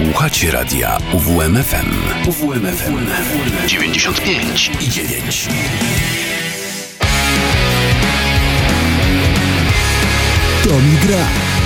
Słuchacie radia UWMFM. UWMFM 95,9. To mi gra.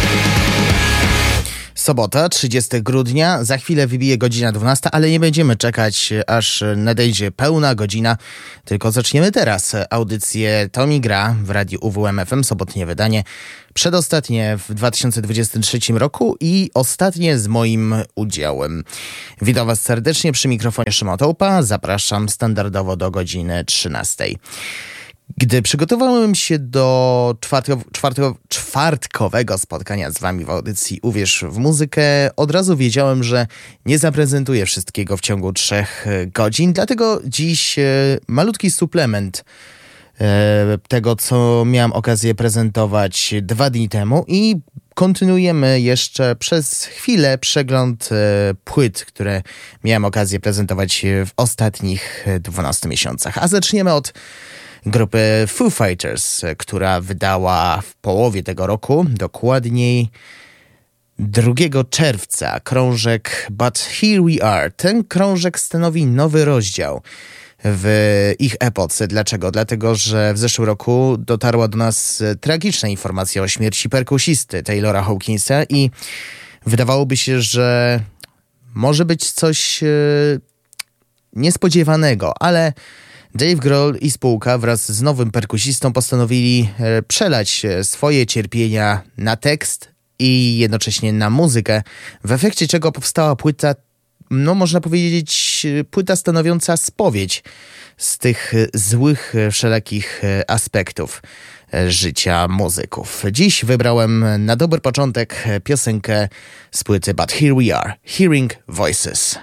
Sobota, 30 grudnia, za chwilę wybije godzina 12, ale nie będziemy czekać, aż nadejdzie pełna godzina, tylko zaczniemy teraz audycję To mi gra w radiu UWMFM, sobotnie wydanie, przedostatnie w 2023 roku i ostatnie z moim udziałem. Witam Was serdecznie przy mikrofonie Szymon Tołpa, zapraszam standardowo do godziny 13. Gdy przygotowałem się do czwartkowego spotkania z wami w audycji Uwierz w muzykę, od razu wiedziałem, że nie zaprezentuję wszystkiego w ciągu 3 godzin, dlatego dziś malutki suplement tego, co miałem okazję prezentować 2 dni temu i kontynuujemy jeszcze przez chwilę przegląd płyt, które miałem okazję prezentować w ostatnich 12 miesiącach. A zaczniemy od grupy Foo Fighters, która wydała w połowie tego roku, dokładniej 2 czerwca, krążek But Here We Are. Ten krążek stanowi nowy rozdział w ich epoce. Dlaczego? Dlatego, że w zeszłym roku dotarła do nas tragiczna informacja o śmierci perkusisty Taylora Hawkinsa i wydawałoby się, że może być coś niespodziewanego, ale Dave Grohl i spółka wraz z nowym perkusistą postanowili przelać swoje cierpienia na tekst i jednocześnie na muzykę, w efekcie czego powstała płyta, no można powiedzieć, płyta stanowiąca spowiedź z tych złych wszelakich aspektów życia muzyków. Dziś wybrałem na dobry początek piosenkę z płyty But Here We Are, Hearing Voices.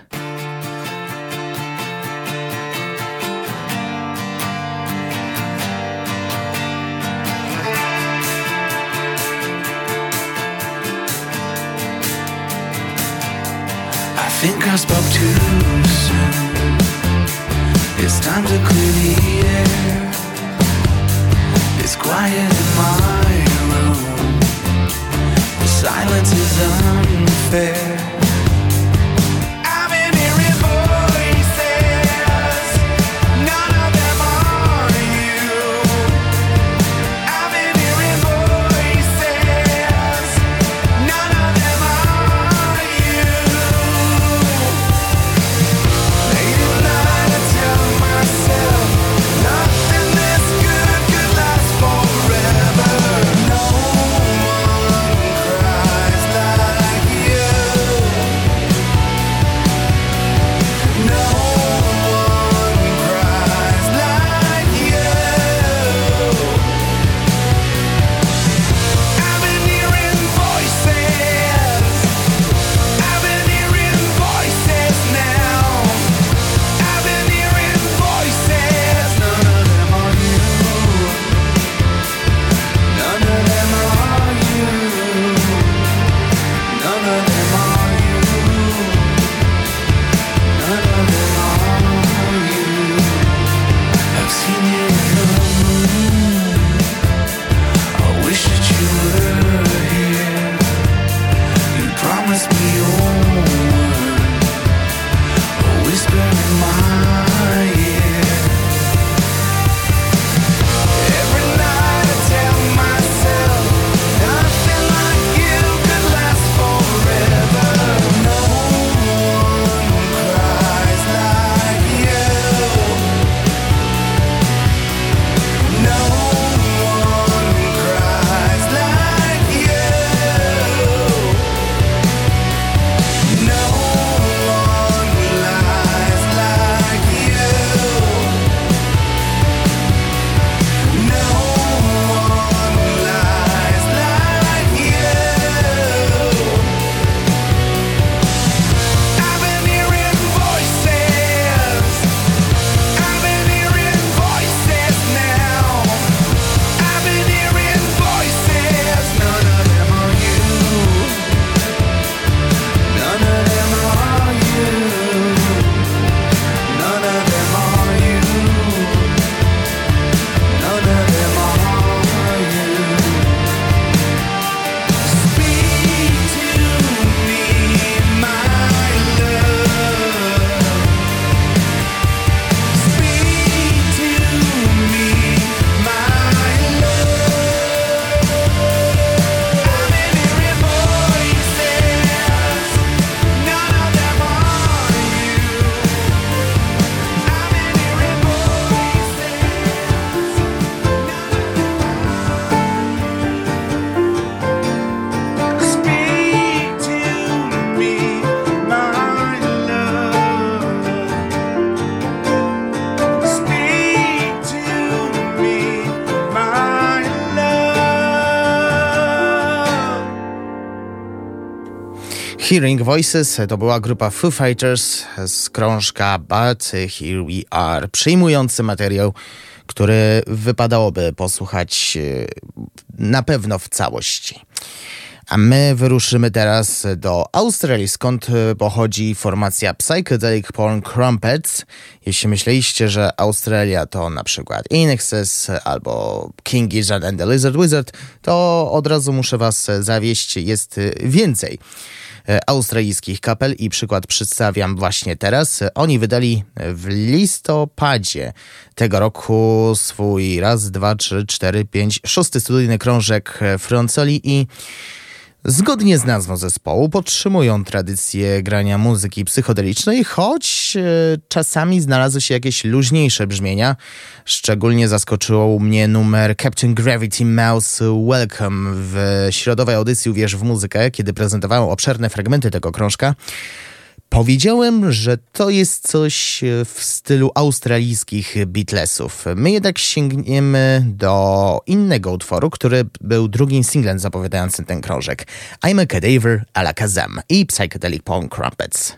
I think I spoke too soon. It's time to clear the air. It's quiet in my room. The silence is unfair. I've been hearing voices. None of them are you. I've been hearing voices. None of them are you. Late at night I tell myself nothing this good could last forever. No one cries like you. Hearing Voices to była grupa Foo Fighters z krążka But Here We Are. Przyjmujący materiał, który wypadałoby posłuchać na pewno w całości. A my wyruszymy teraz do Australii, skąd pochodzi formacja Psychedelic Porn Crumpets. Jeśli myśleliście, że Australia to na przykład INXS albo King Gizzard and the Lizard Wizard, to od razu muszę was zawieść, jest więcej australijskich kapel i przykład przedstawiam właśnie teraz. Oni wydali w listopadzie tego roku swój 6. studyjny krążek Froncoli i zgodnie z nazwą zespołu podtrzymują tradycję grania muzyki psychodelicznej, choć czasami znalazły się jakieś luźniejsze brzmienia. Szczególnie zaskoczył mnie numer Captain Gravity Mouse Welcome w środowej audycji Uwierz w muzykę, kiedy prezentowałem obszerne fragmenty tego krążka. Powiedziałem, że to jest coś w stylu australijskich Beatlesów. My jednak sięgniemy do innego utworu, który był drugim singlem zapowiadającym ten krążek. I'm a Cadaver a la Kazam i Psychedelic Porn Crumpets.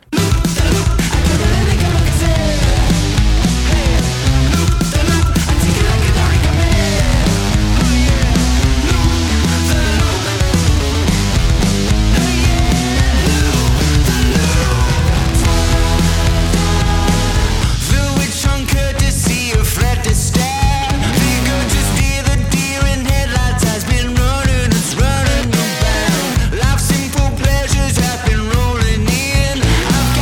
Life simple pleasures have been rolling in. I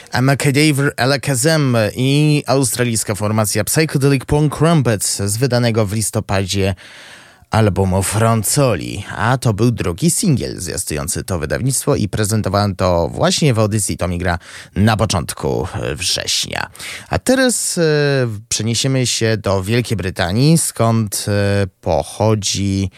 Amacadaver Alakazam i australijska formacja Psychedelic Punk Rumpets z wydanego w listopadzie albumu Fronzoli, a to był drugi singiel zwiastujący to wydawnictwo i prezentowałem to właśnie w audycji To mi gra na początku września. A teraz przeniesiemy się do Wielkiej Brytanii, skąd pochodzi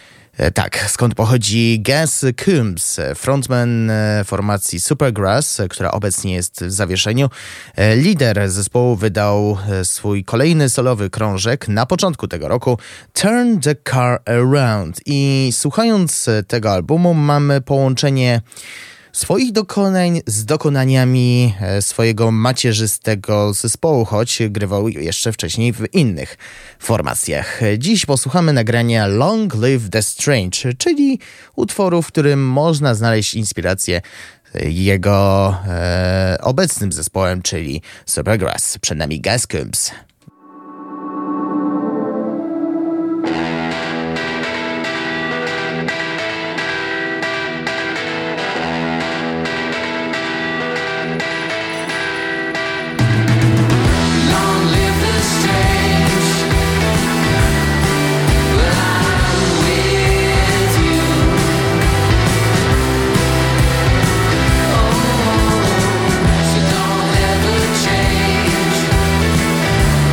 Gaz Coombs, frontman formacji Supergrass, która obecnie jest w zawieszeniu. Lider zespołu wydał swój kolejny solowy krążek na początku tego roku, Turn the Car Around. I słuchając tego albumu mamy połączenie swoich dokonań z dokonaniami swojego macierzystego zespołu, choć grywał jeszcze wcześniej w innych formacjach. Dziś posłuchamy nagrania Long Live the Strange, czyli utworu, w którym można znaleźć inspirację jego obecnym zespołem, czyli Supergrass. Przed nami Gaz Coombs. Change.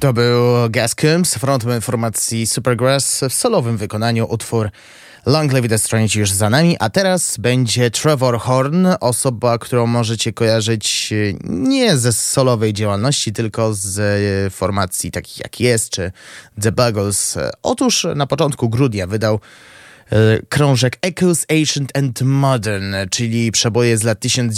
To był Gus Coombs, frontman formacji Supergrass w solowym wykonaniu. Utwór Long Live the Strange już za nami, a teraz będzie Trevor Horn, osoba, którą możecie kojarzyć nie ze solowej działalności, tylko z formacji takich jak Yes czy The Buggles. Otóż na początku grudnia wydał krążek Echoes Ancient and Modern, czyli przeboje z lat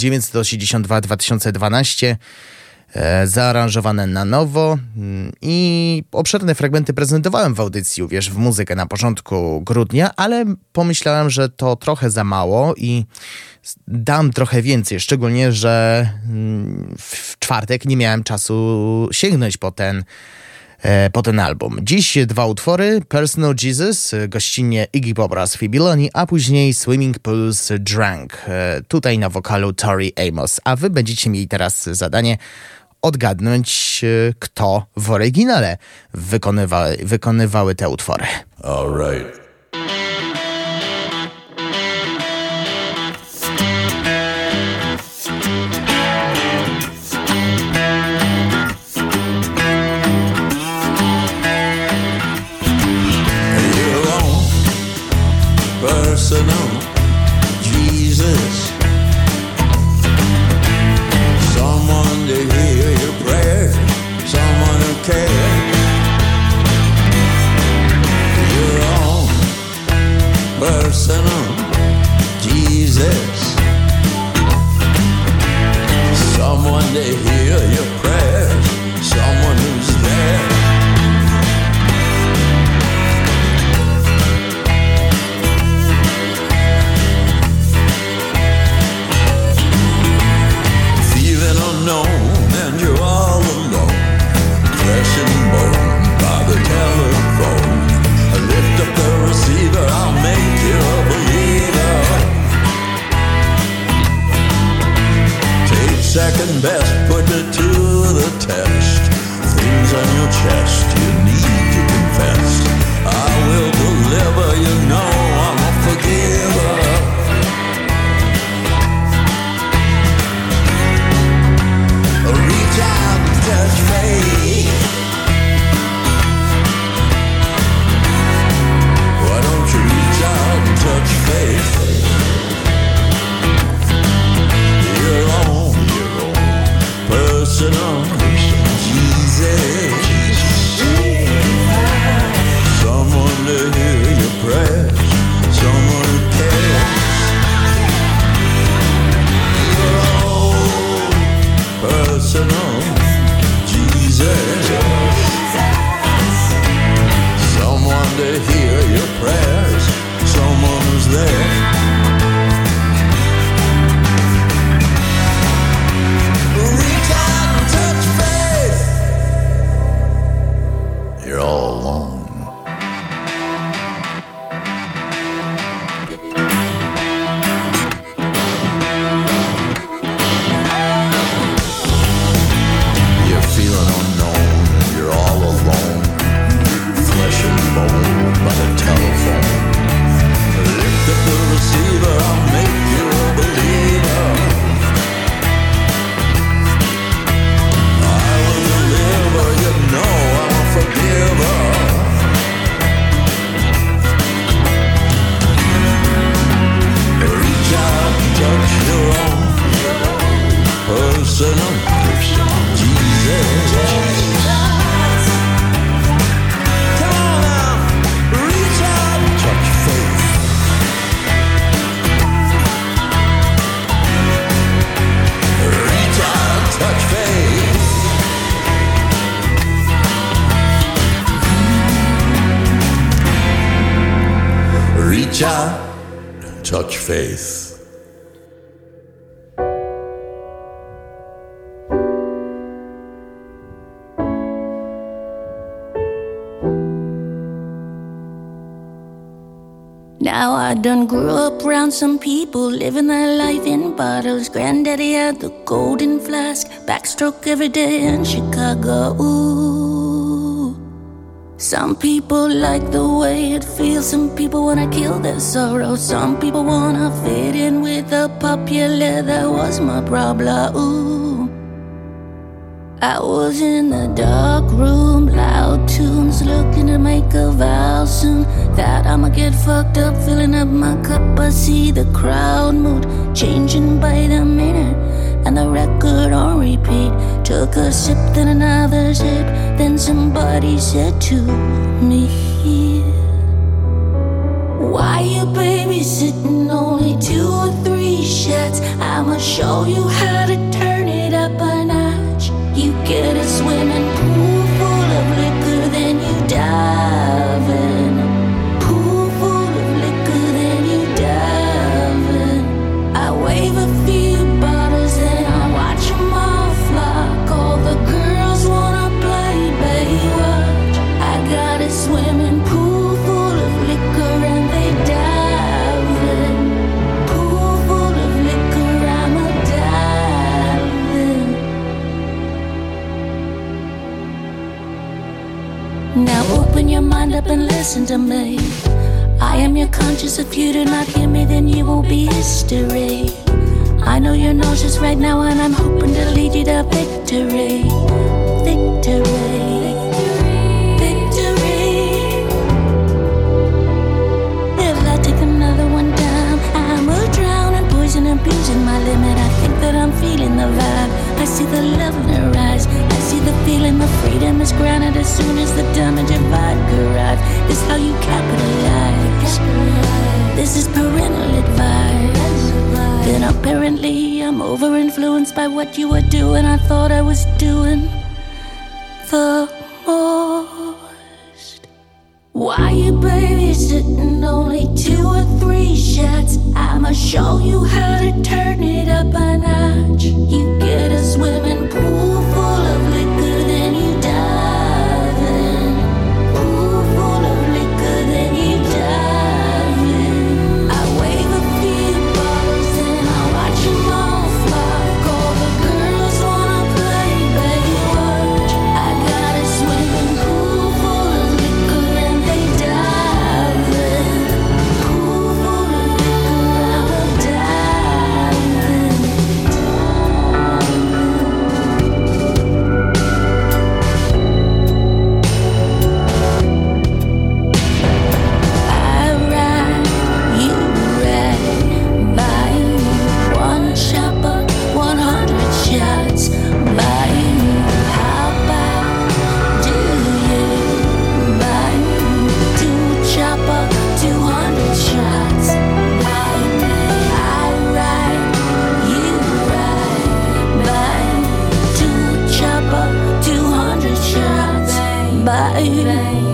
1982-2012, zaaranżowane na nowo i obszerne fragmenty prezentowałem w audycji Uwierz w muzykę na początku grudnia, ale pomyślałem, że to trochę za mało i dam trochę więcej, szczególnie, że w czwartek nie miałem czasu sięgnąć po ten album. Dziś dwa utwory, Personal Jesus, gościnnie Iggy Pop oraz Phoebe Loney, a później Swimming Pools Drunk, tutaj na wokalu Tori Amos. A wy będziecie mieli teraz zadanie odgadnąć, kto w oryginale wykonywały te utwory. All right. Personal Jesus, someone to hear your prayer, someone who cares. Your own personal Jesus, someone to hear your prayers, someone who's there. And you're all alone, flesh and bone by the telephone. I lift up the receiver, I'll make you a believer. Take second best, put it to the test. Things on your chest you need to confess. I will deliver, you know I'm a forgiver. Reach out and touch faith. Why don't you reach out and touch faith? Your own personal Jesus. Someone to hear your prayers, someone who cares. Your own personal Jesus, someone to hear your prayers, someone who's there. Reach out and touch faith. You're all alone. Touch faith. Now I done grew up around some people living their life in bottles. Granddaddy had the golden flask, backstroke every day in Chicago. Ooh. Some people like the way it feels. Some people wanna kill their sorrow. Some people wanna fit in with the popular. That was my problem. Ooh. I was in the dark room, loud tunes, looking to make a vow soon that I'ma get fucked up, filling up my cup. I see the crowd mood changing by the minute, and the record on repeat. Took a sip, then another sip, then somebody said to me, why you babysitting only 2 or 3 shots? I'ma show you how to turn it up a notch. You get a swimming pool full of liquor, then you dive in. Pool full of liquor, then you dive in. I wave a few bottles, then I watch them all flock. All the girls wanna play Baywatch. I got a swimming pool full of liquor and they dive in. Pool full of liquor, I'm a dive in. Now open your mind up and listen to me. I am your conscience. If you do not hear me, then you will be history. I know you're nauseous right now, and I'm hoping to lead you to victory. Victory. Victory. If I take another one down, I'm a drown and poison, abusing my limit. I think that I'm feeling the vibe. I see the love in her eyes. I see the feeling, the freedom is granted as soon as the damage of vodka arrives. This how you capitalize. This is parental advice. Then apparently I'm over-influenced by what you were doing. I thought I was doing the most. Why you babysitting only 2 or 3 shots? I'ma show you how to turn it up a notch. You get a swimming pool full of liquor, then you dive in. Pool full of liquor, then you dive in. I wave a few bottles, then I watch them all flock. All the girls wanna play Baywatch. I got a swimming pool full of liquor and they dive in. Pool full of liquor, I'm a dive in. I ride, you ride, by you, 1 chopper, 100 shots, by you, how about, do you, by you, 2 chopper, 200 shots, by me, I ride, you ride, by you, 2 chopper, 200 shots, by you.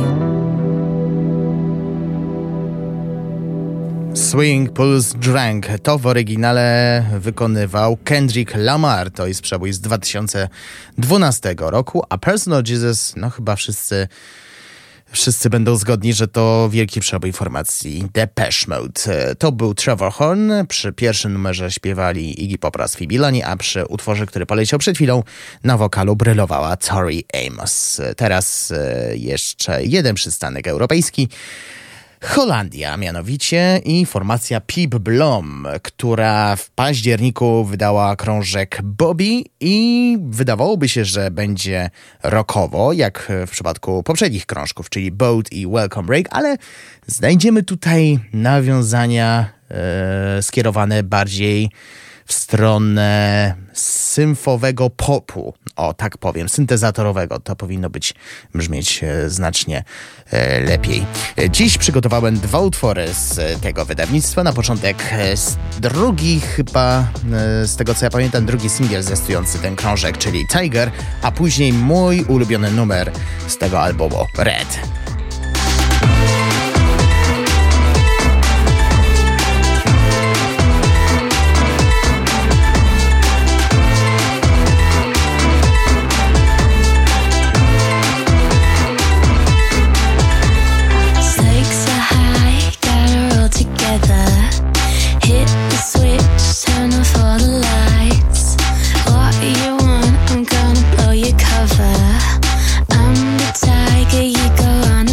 Swing Pulse Drunk to w oryginale wykonywał Kendrick Lamar. To jest przebój z 2012 roku, a Personal Jesus, no chyba wszyscy będą zgodni, że to wielki przebój formacji Depeche Mode. To był Trevor Horn. Przy pierwszym numerze śpiewali Iggy Pop oraz Phoebe Lani, a przy utworze, który poleciał przed chwilą, na wokalu brylowała Tori Amos. Teraz jeszcze jeden przystanek europejski. Holandia mianowicie i formacja Piep Blom, która w październiku wydała krążek Bobby i wydawałoby się, że będzie rockowo, jak w przypadku poprzednich krążków, czyli Boat i Welcome Break, ale znajdziemy tutaj nawiązania skierowane bardziej w stronę symfowego popu, o tak powiem, syntezatorowego. To powinno brzmieć znacznie lepiej. Dziś przygotowałem 2 utwory z tego wydawnictwa. Na początek drugi chyba, z tego co ja pamiętam, drugi singiel zwiastujący ten krążek, czyli Tiger, a później mój ulubiony numer z tego albumu, Red. I'm the tiger, you go on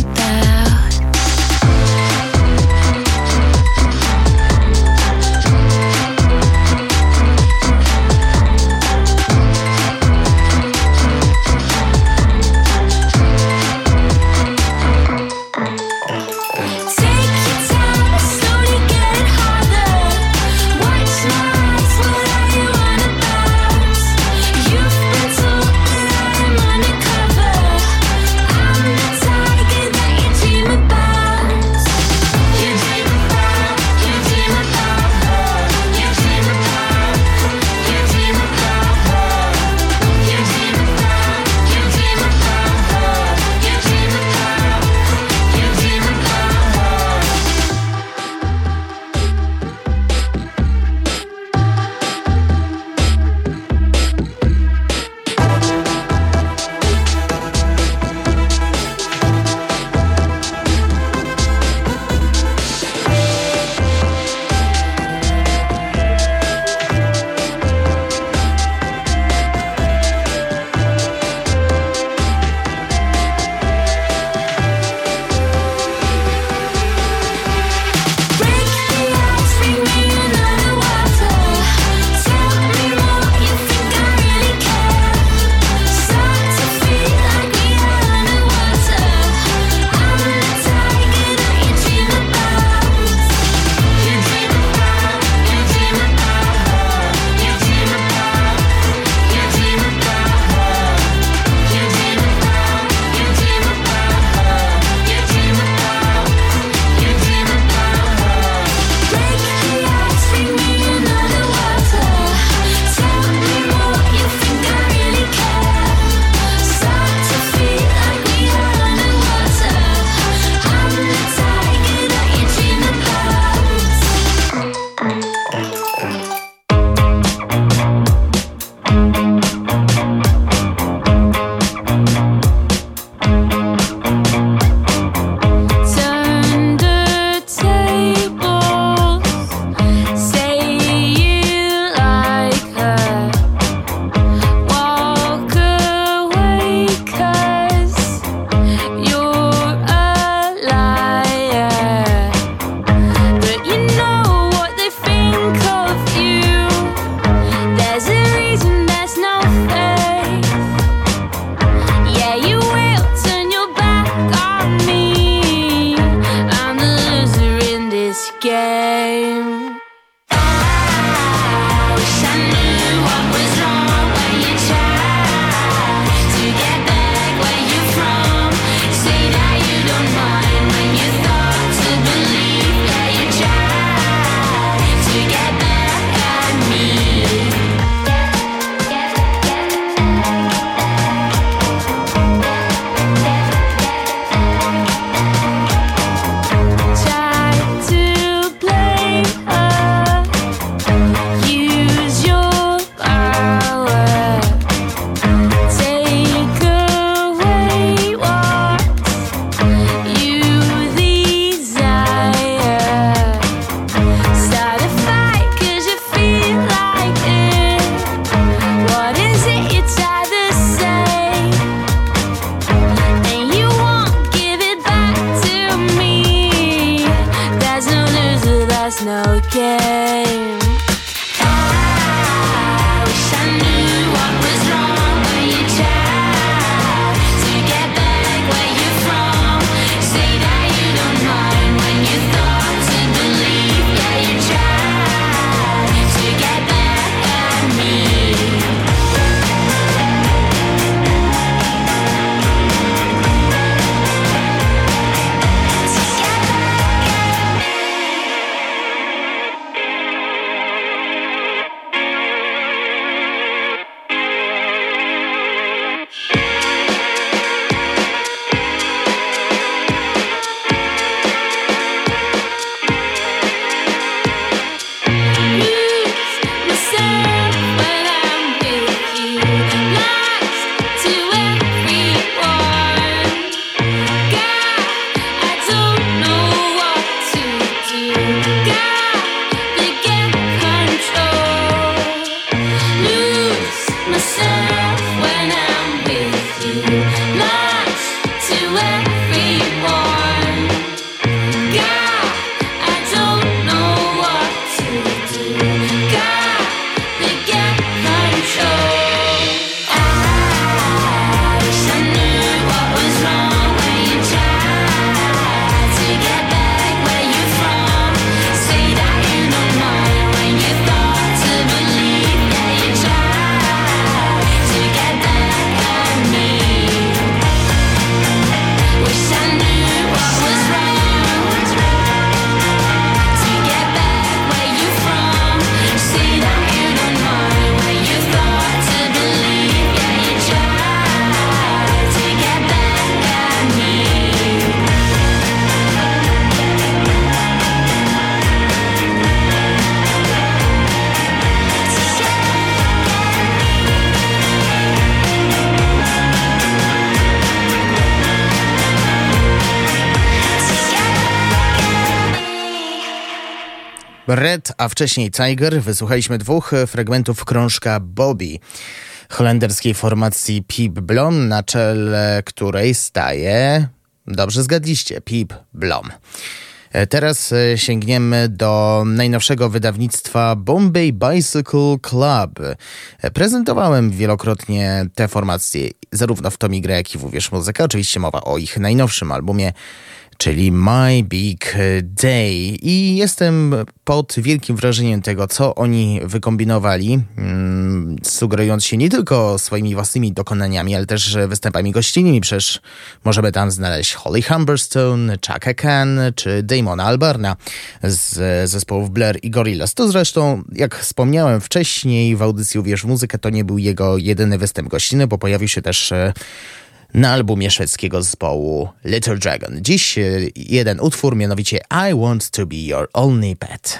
Red, a wcześniej Tiger. Wysłuchaliśmy 2 fragmentów krążka Bobby holenderskiej formacji Piep Blom, na czele której staje, dobrze zgadliście, Piep Blom. Teraz sięgniemy do najnowszego wydawnictwa Bombay Bicycle Club. Prezentowałem wielokrotnie te formacje, zarówno w Tomie Gra, jak i w Uwierz Muzykę. Oczywiście mowa o ich najnowszym albumie, czyli My Big Day. I jestem pod wielkim wrażeniem tego, co oni wykombinowali, sugerując się nie tylko swoimi własnymi dokonaniami, ale też występami gościnnymi. Przecież możemy tam znaleźć Holly Humberstone, Chaka Khan czy Damona Albarna z zespołów Blur i Gorillaz. To zresztą, jak wspomniałem wcześniej w audycji Uwierz w Muzykę, to nie był jego jedyny występ gościnny, bo pojawił się też na albumie szwedzkiego zespołu Little Dragon. Dziś jeden utwór, mianowicie I Want to Be Your Only Pet.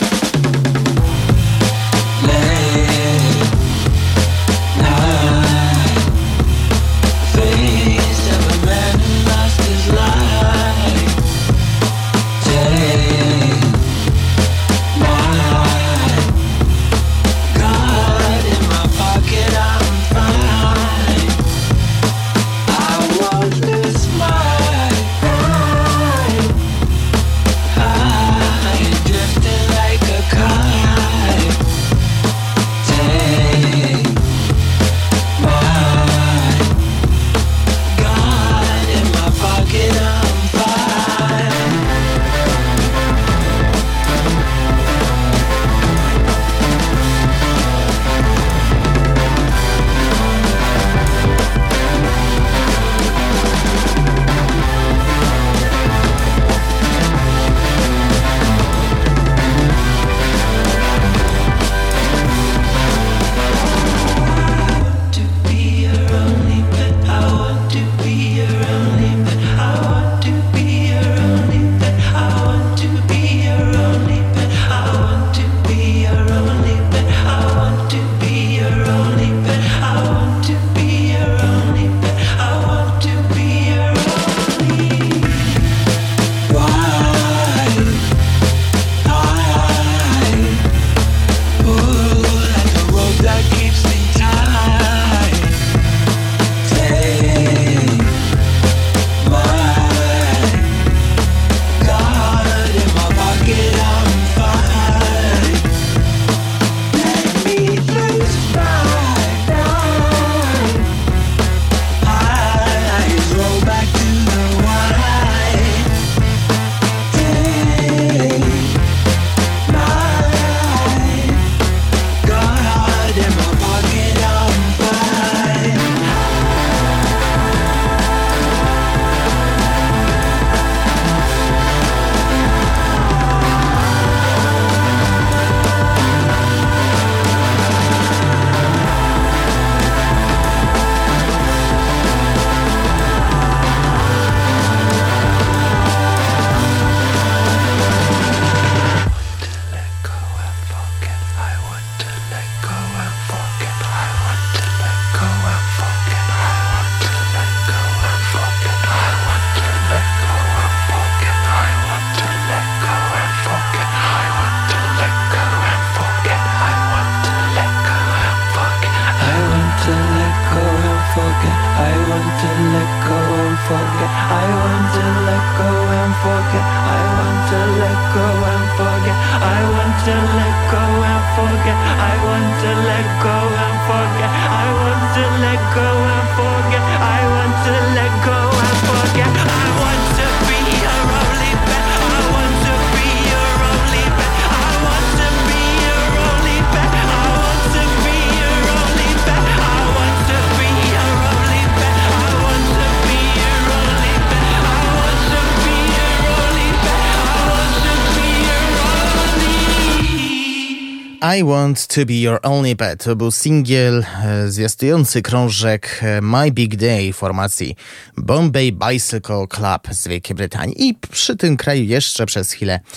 I Want to Be Your Only Pet. To był singiel zwiastujący krążek My Big Day formacji Bombay Bicycle Club z Wielkiej Brytanii. I przy tym kraju jeszcze przez chwilę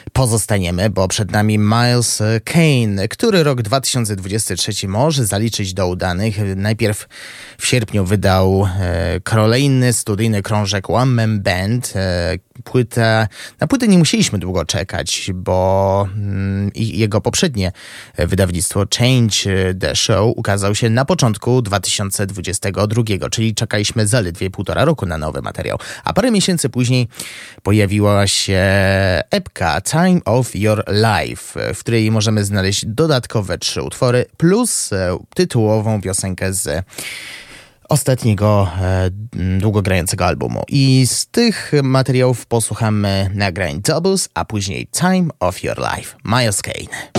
pozostaniemy, bo przed nami Miles Kane, który rok 2023 może zaliczyć do udanych. Najpierw w sierpniu wydał kolejny studyjny krążek One Man Band. Na płytę nie musieliśmy długo czekać, bo jego poprzednie wydawnictwo Change the Show ukazał się na początku 2022, czyli czekaliśmy zaledwie 1,5 roku na nowy materiał. A parę miesięcy później pojawiła się epka Time of Your Life, w której możemy znaleźć dodatkowe 3 utwory plus tytułową piosenkę z ostatniego długogrającego albumu. I z tych materiałów posłuchamy nagrań Doubles, a później Time of Your Life, Miles Kane.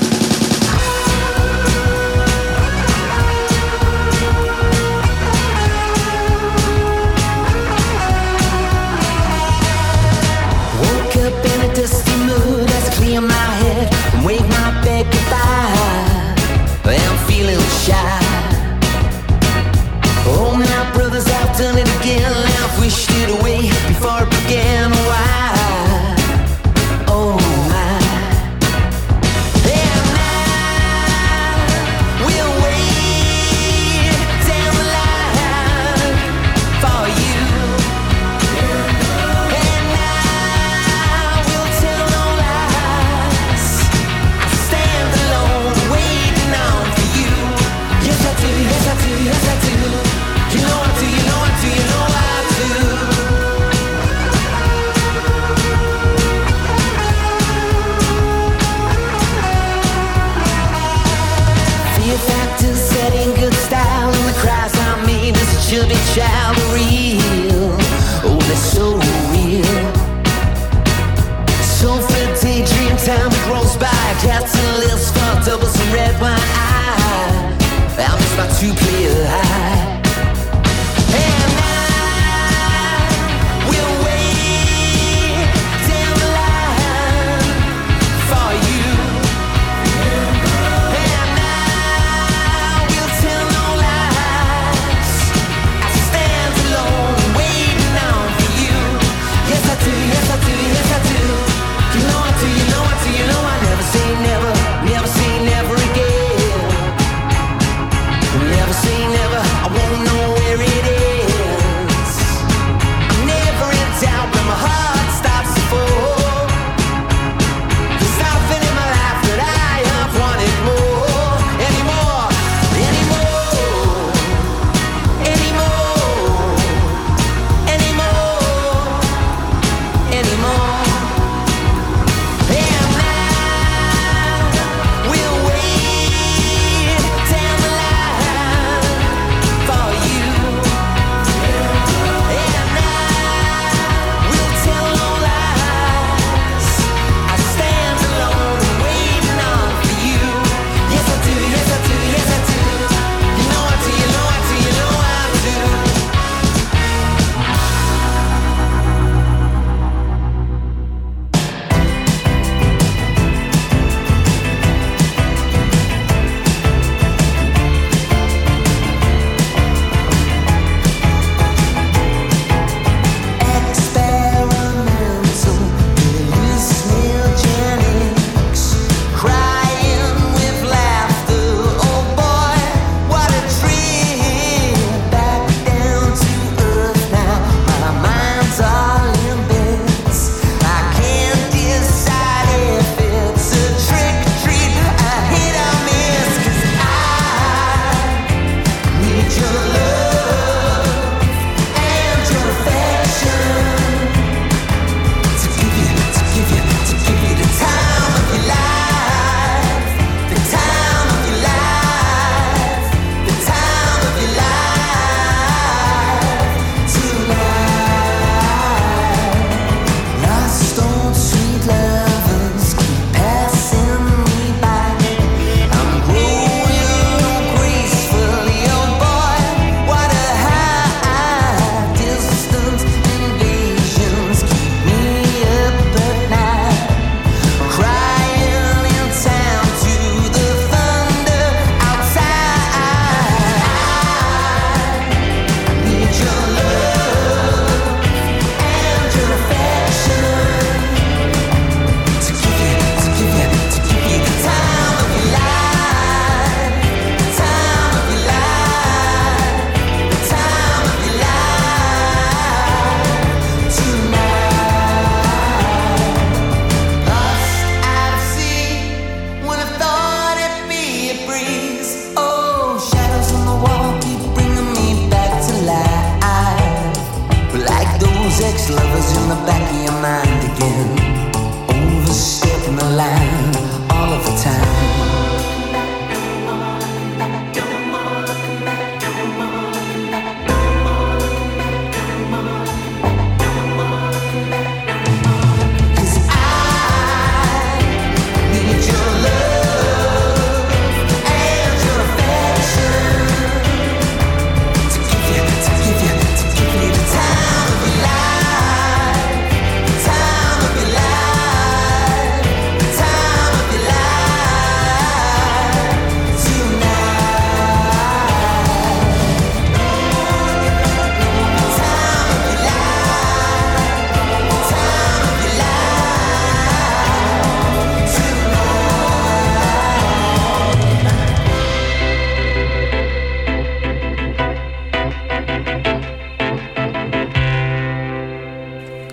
Clear my head and wave my bed goodbye. I'm feeling shy. Oh, my brothers, I've done it again. I've wished it away before it began. Why? Oh, my. And I will wait down the line for you. Should be child real. Oh, they're so real. So for daydream time that rolls by. Cats and lips for doubles and red wine. I miss my 2-player high. And I will wait down the line for you. And I will tell no lies. Stand alone, waiting on for you. Yes I do, yes I do, yes I do. You know I do, you know I do, you know I never say never, never say never again. Never say never, I won't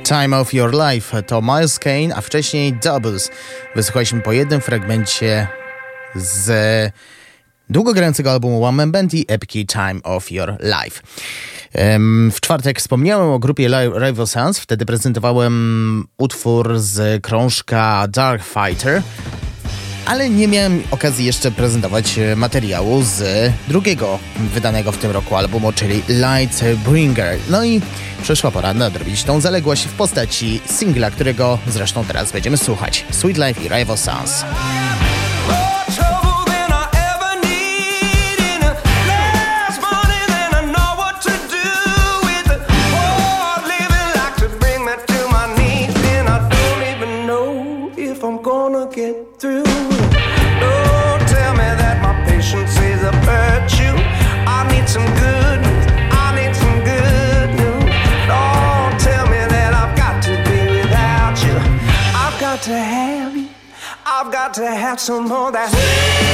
Time of Your Life to Miles Kane, a wcześniej Doubles. Wysłuchaliśmy po jednym fragmencie z długogrającego albumu One Man Band i epki Time of Your Life. W czwartek wspomniałem o grupie Rival Sons, wtedy prezentowałem utwór z krążka Dark Fighter, ale nie miałem okazji jeszcze prezentować materiału z drugiego wydanego w tym roku albumu, czyli Lightbringer. No i przyszła pora nadrobić tą zaległość w postaci singla, którego zresztą teraz będziemy słuchać. Sweet Life i Rival Sons. I've got to have some more of that sweet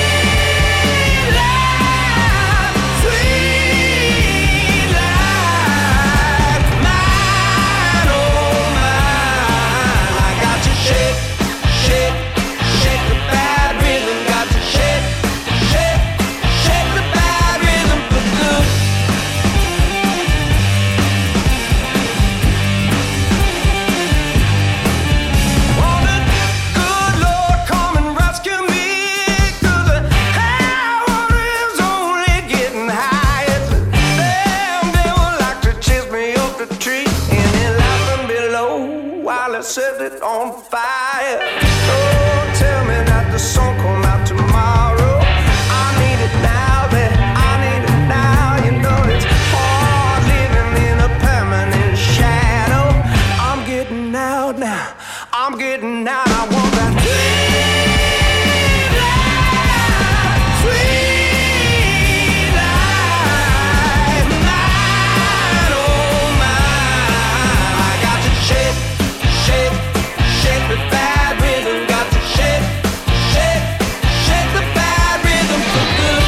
life, mine, oh mine. I got to shake, shake, shake the bad rhythm. Got to shake, shake, shake the bad rhythm for good. Set it on fire. Oh, tell me that the song come out tomorrow. I need it now, that I need it now. You know it's hard living in a permanent shadow. I'm getting out now. I'm getting out. I want that sweet life, sweet life, mine, oh mine. I got to shake. Shake, shake the bad rhythm, got to shake, shake, shake the bad rhythm for good.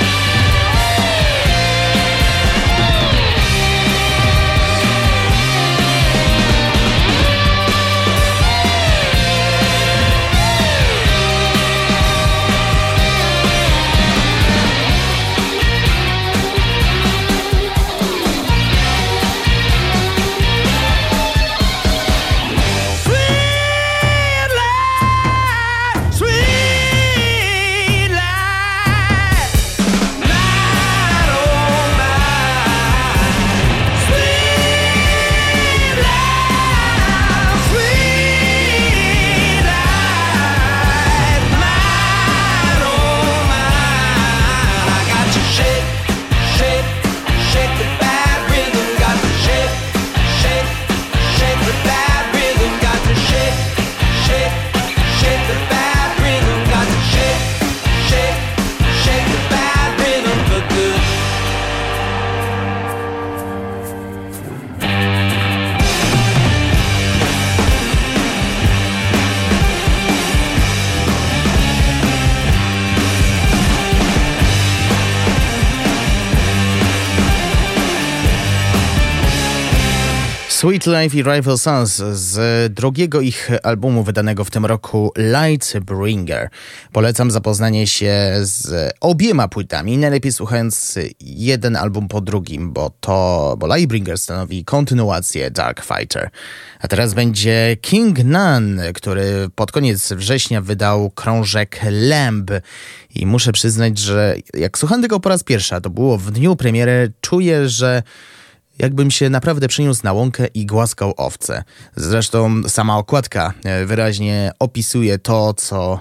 Sweet Life i Rival Sons z drugiego ich albumu wydanego w tym roku Lightbringer. Polecam zapoznanie się z obiema płytami, najlepiej słuchając jeden album po drugim, bo Lightbringer stanowi kontynuację Dark Fighter. A teraz będzie King Nun, który pod koniec września wydał krążek Lamb. I muszę przyznać, że jak słucham tego po raz pierwszy, a to było w dniu premiery, czuję, że jakbym się naprawdę przyniósł na łąkę i głaskał owce. Zresztą sama okładka wyraźnie opisuje to, co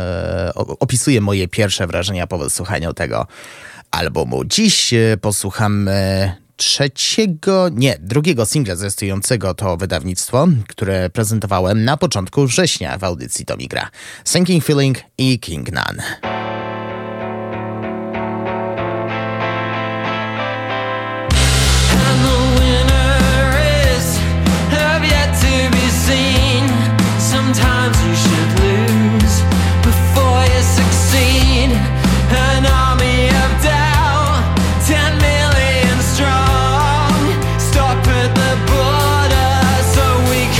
opisuje moje pierwsze wrażenia po wysłuchaniu tego albumu. Dziś posłuchamy drugiego singla zwiastującego to wydawnictwo, które prezentowałem na początku września w audycji To Mi Gra. Sinking Feeling i King Nun. Sometimes you should lose before you succeed. An army of doubt, 10 million strong. Stop at the border so we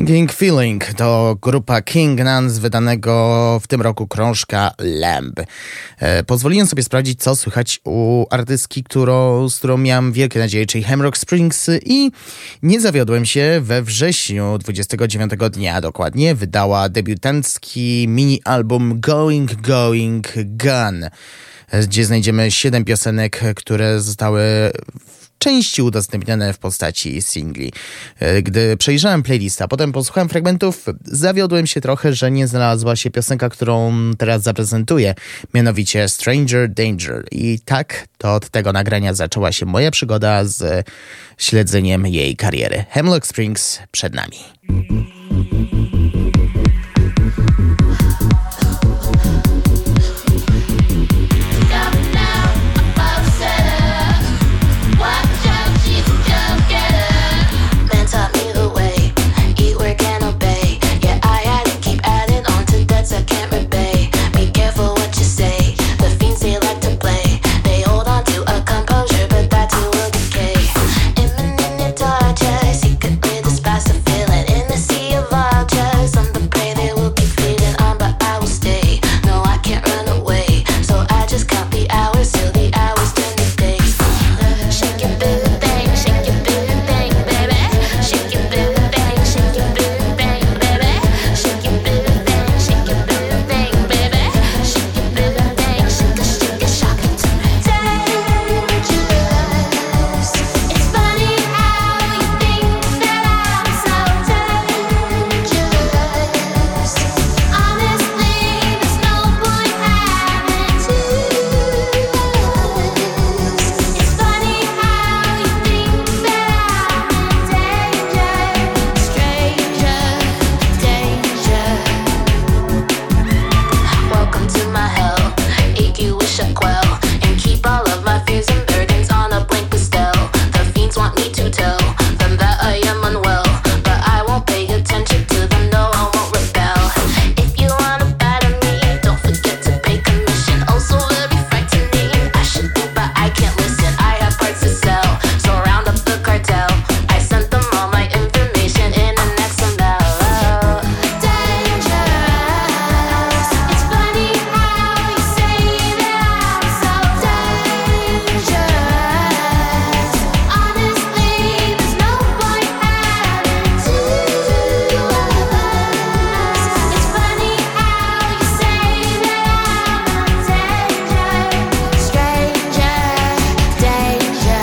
Sinking Feeling to grupa King Nun z wydanego w tym roku krążka Lamb. Pozwoliłem sobie sprawdzić, co słychać u artystki, z którą miałem wielkie nadzieje, czyli Hamrock Springs, i nie zawiodłem się. We wrześniu 29 dnia dokładnie wydała debiutancki mini-album Going, Going, Gone, gdzie znajdziemy 7 piosenek, które zostały części udostępnione w postaci singli. Gdy przejrzałem playlistę, a potem posłuchałem fragmentów, zawiodłem się trochę, że nie znalazła się piosenka, którą teraz zaprezentuję, mianowicie Stranger Danger. I tak to od tego nagrania zaczęła się moja przygoda z śledzeniem jej kariery. Hamrock Springs przed nami. Secretly despise the feeling in the sea of vultures. I'm the prey they will keep feeding on, but I will stay. No, I can't run away, so I just count the hours till the hours turn to days. Shake your booty thing, shake your booty thing, baby. Shake your booty thing, shake your booty thing, baby. Shake your booty thing, shake your booty thing, baby. Shake your booty thing, shake a, shock it to me. Dangerous. It's funny how you think that I'm so dangerous. Honestly, there's no point having to lose. It's funny how you think that I'm in danger. Stranger, danger. Welcome to my hell. If you wish I quell and keep all of my fears and burdens on a blank pastel. The fiends want me to tell them that I am unwell, but I won't pay attention to them. No, I won't rebel. If you wanna batter me, don't forget to pay commission. Also very frightening. I should think, but I can't listen. I have parts to sell, so round up the cartel. I sent them all my information in an XML. Dangerous. It's funny how you say that I'm so dangerous. Honestly, there's no point having to lose. It's funny how you say that I'm in danger. Stranger, danger.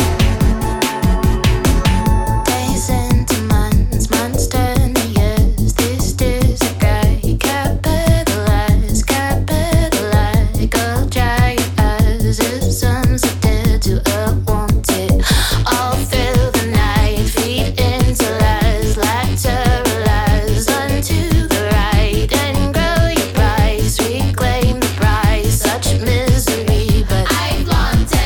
Days into months, months turn to years. This disguise, capitalize, go dry your eyes. If sun's dead to a wanted, all through the night, feed into lies, lateralize unto the right, and grow your price, reclaim the prize. Such misery, but I want it.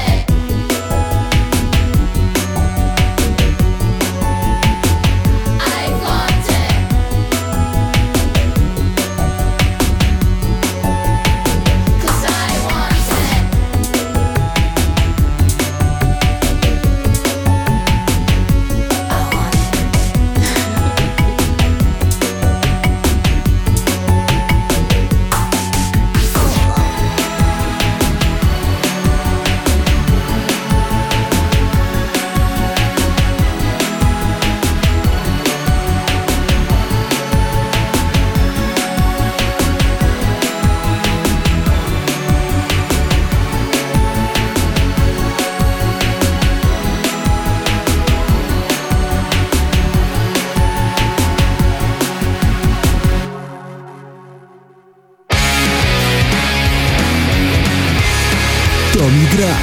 I want it. 'Cause I want it. Tommy gra.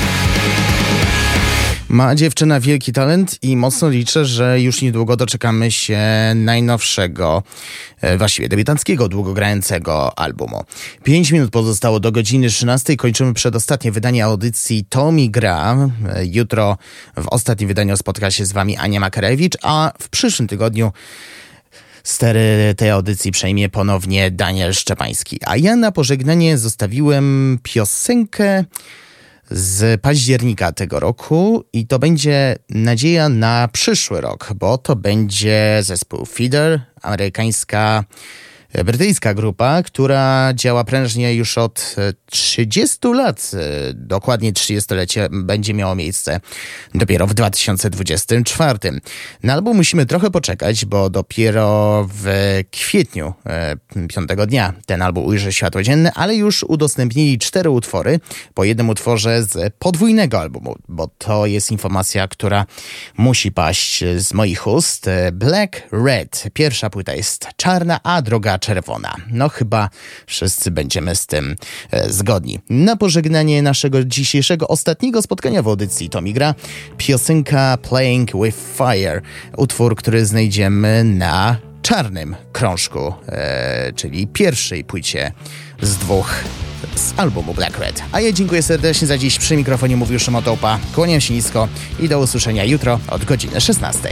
Ma dziewczyna wielki talent i mocno liczę, że już niedługo doczekamy się najnowszego, właściwie debiutanckiego, długogrającego albumu. 5 minut pozostało do godziny 13. Kończymy przedostatnie wydanie audycji Tommy gra. Jutro w ostatnim wydaniu spotka się z wami Ania Makarewicz, a w przyszłym tygodniu stery tej audycji przejmie ponownie Daniel Szczepański. A ja na pożegnanie zostawiłem piosenkę z października tego roku i to będzie nadzieja na przyszły rok, bo to będzie zespół Feeder, brytyjska grupa, która działa prężnie już od 30 lat. Dokładnie 30-lecie będzie miało miejsce dopiero w 2024. Na album musimy trochę poczekać, bo dopiero w kwietniu, 5 dnia, ten album ujrzy światło dzienne, ale już udostępnili 4 utwory, po jednym utworze z podwójnego albumu, bo to jest informacja, która musi paść z moich ust. Black Red. Pierwsza płyta jest czarna, a druga czerwona. No chyba wszyscy będziemy z tym zgodni. Na pożegnanie naszego dzisiejszego ostatniego spotkania w audycji To Mi Gra, piosenka Playing With Fire. Utwór, który znajdziemy na czarnym krążku, czyli pierwszej płycie z 2 z albumu Black Red. A ja dziękuję serdecznie za dziś. Przy mikrofonie mówił Szymon Tołpa. Kłaniam się nisko i do usłyszenia jutro od godziny 16.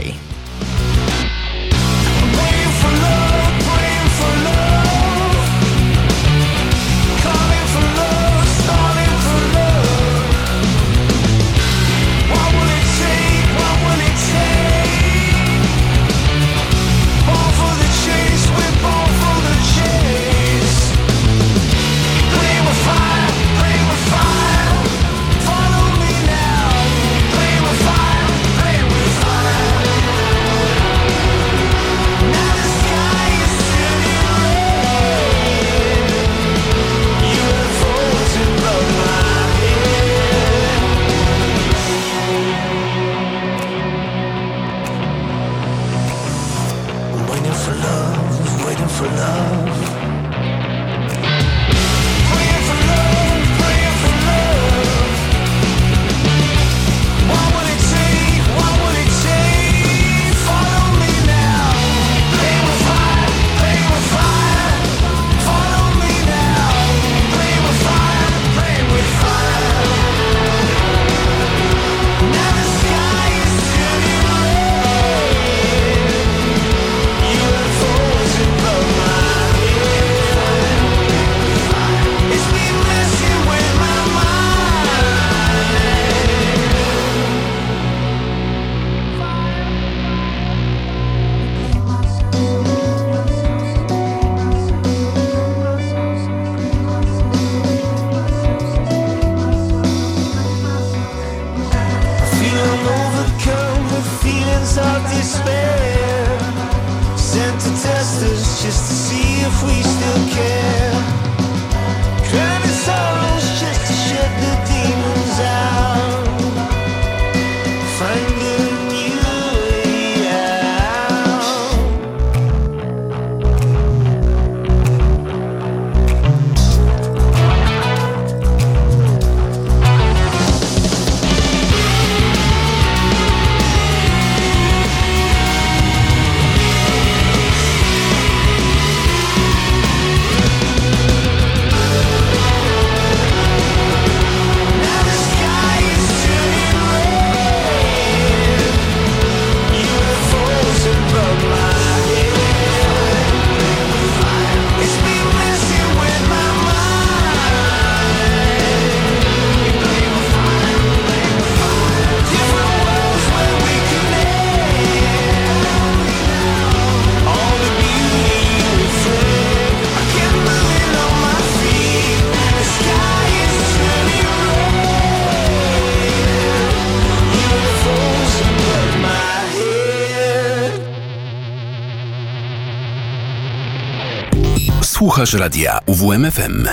Słuchasz radia UWMFM.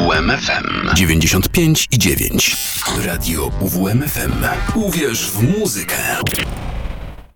UWMFM 95,9. Radio UWMFM. Uwierz w muzykę.